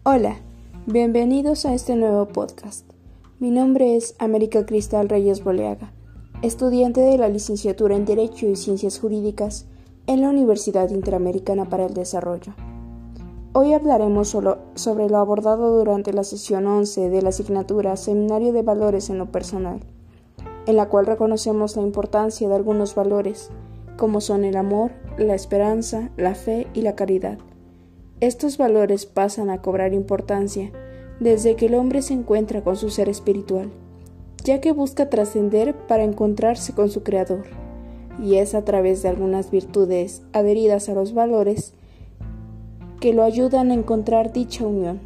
Hola, bienvenidos a este nuevo podcast. Mi nombre es América Cristal Reyes Boleaga, estudiante de la licenciatura en Derecho y Ciencias Jurídicas en la Universidad Interamericana para el Desarrollo. Hoy hablaremos sobre lo abordado durante la sesión 11 de la asignatura Seminario de Valores en lo Personal, en la cual reconocemos la importancia de algunos valores, como son el amor, la esperanza, la fe y la caridad. Estos valores pasan a cobrar importancia desde que el hombre se encuentra con su ser espiritual, ya que busca trascender para encontrarse con su Creador, y es a través de algunas virtudes adheridas a los valores que lo ayudan a encontrar dicha unión.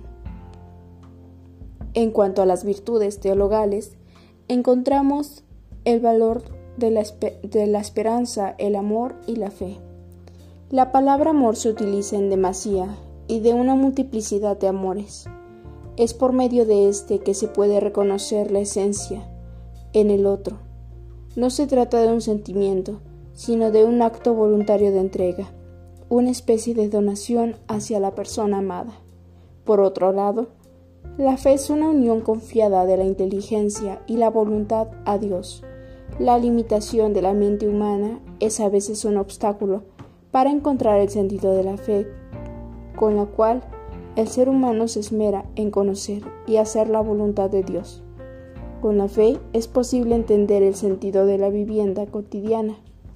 En cuanto a las virtudes teologales, encontramos el valor de la esperanza, el amor y la fe. La palabra amor se utiliza en demasía y de una multiplicidad de amores. Es por medio de este que se puede reconocer la esencia en el otro. No se trata de un sentimiento, sino de un acto voluntario de entrega, una especie de donación hacia la persona amada. Por otro lado, la fe es una unión confiada de la inteligencia y la voluntad a Dios. La limitación de la mente humana es a veces un obstáculo para encontrar el sentido de la fe, con la cual el ser humano se esmera en conocer y hacer la voluntad de Dios. Con la fe es posible entender el sentido de la vivienda cotidiana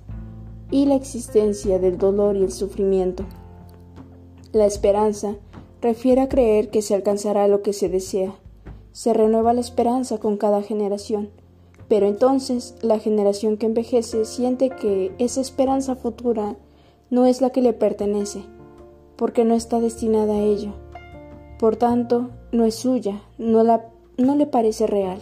y la existencia del dolor y el sufrimiento. La esperanza refiere a creer que se alcanzará lo que se desea. Se renueva la esperanza con cada generación, pero entonces la generación que envejece siente que esa esperanza futura no es la que le pertenece, porque no está destinada a ello. Por tanto, no es suya, no le parece real.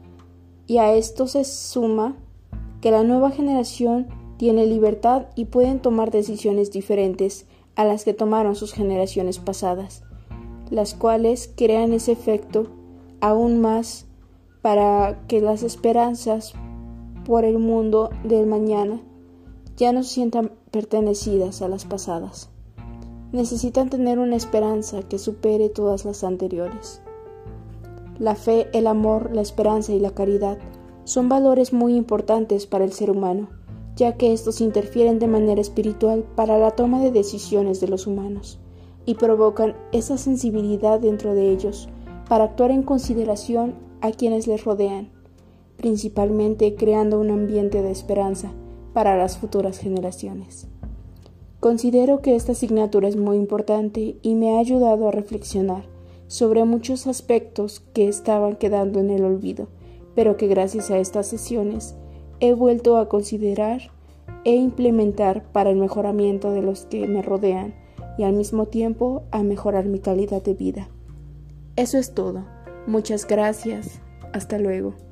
Y a esto se suma que la nueva generación tiene libertad y pueden tomar decisiones diferentes a las que tomaron sus generaciones pasadas, las cuales crean ese efecto aún más para que las esperanzas por el mundo del mañana ya no se sientan pertenecidas a las pasadas. Necesitan tener una esperanza que supere todas las anteriores. La fe, el amor, la esperanza y la caridad son valores muy importantes para el ser humano, ya que estos interfieren de manera espiritual para la toma de decisiones de los humanos y provocan esa sensibilidad dentro de ellos para actuar en consideración a quienes les rodean, principalmente creando un ambiente de esperanza para las futuras generaciones. Considero que esta asignatura es muy importante y me ha ayudado a reflexionar sobre muchos aspectos que estaban quedando en el olvido, pero que gracias a estas sesiones he vuelto a considerar e implementar para el mejoramiento de los que me rodean y al mismo tiempo a mejorar mi calidad de vida. Eso es todo. Muchas gracias. Hasta luego.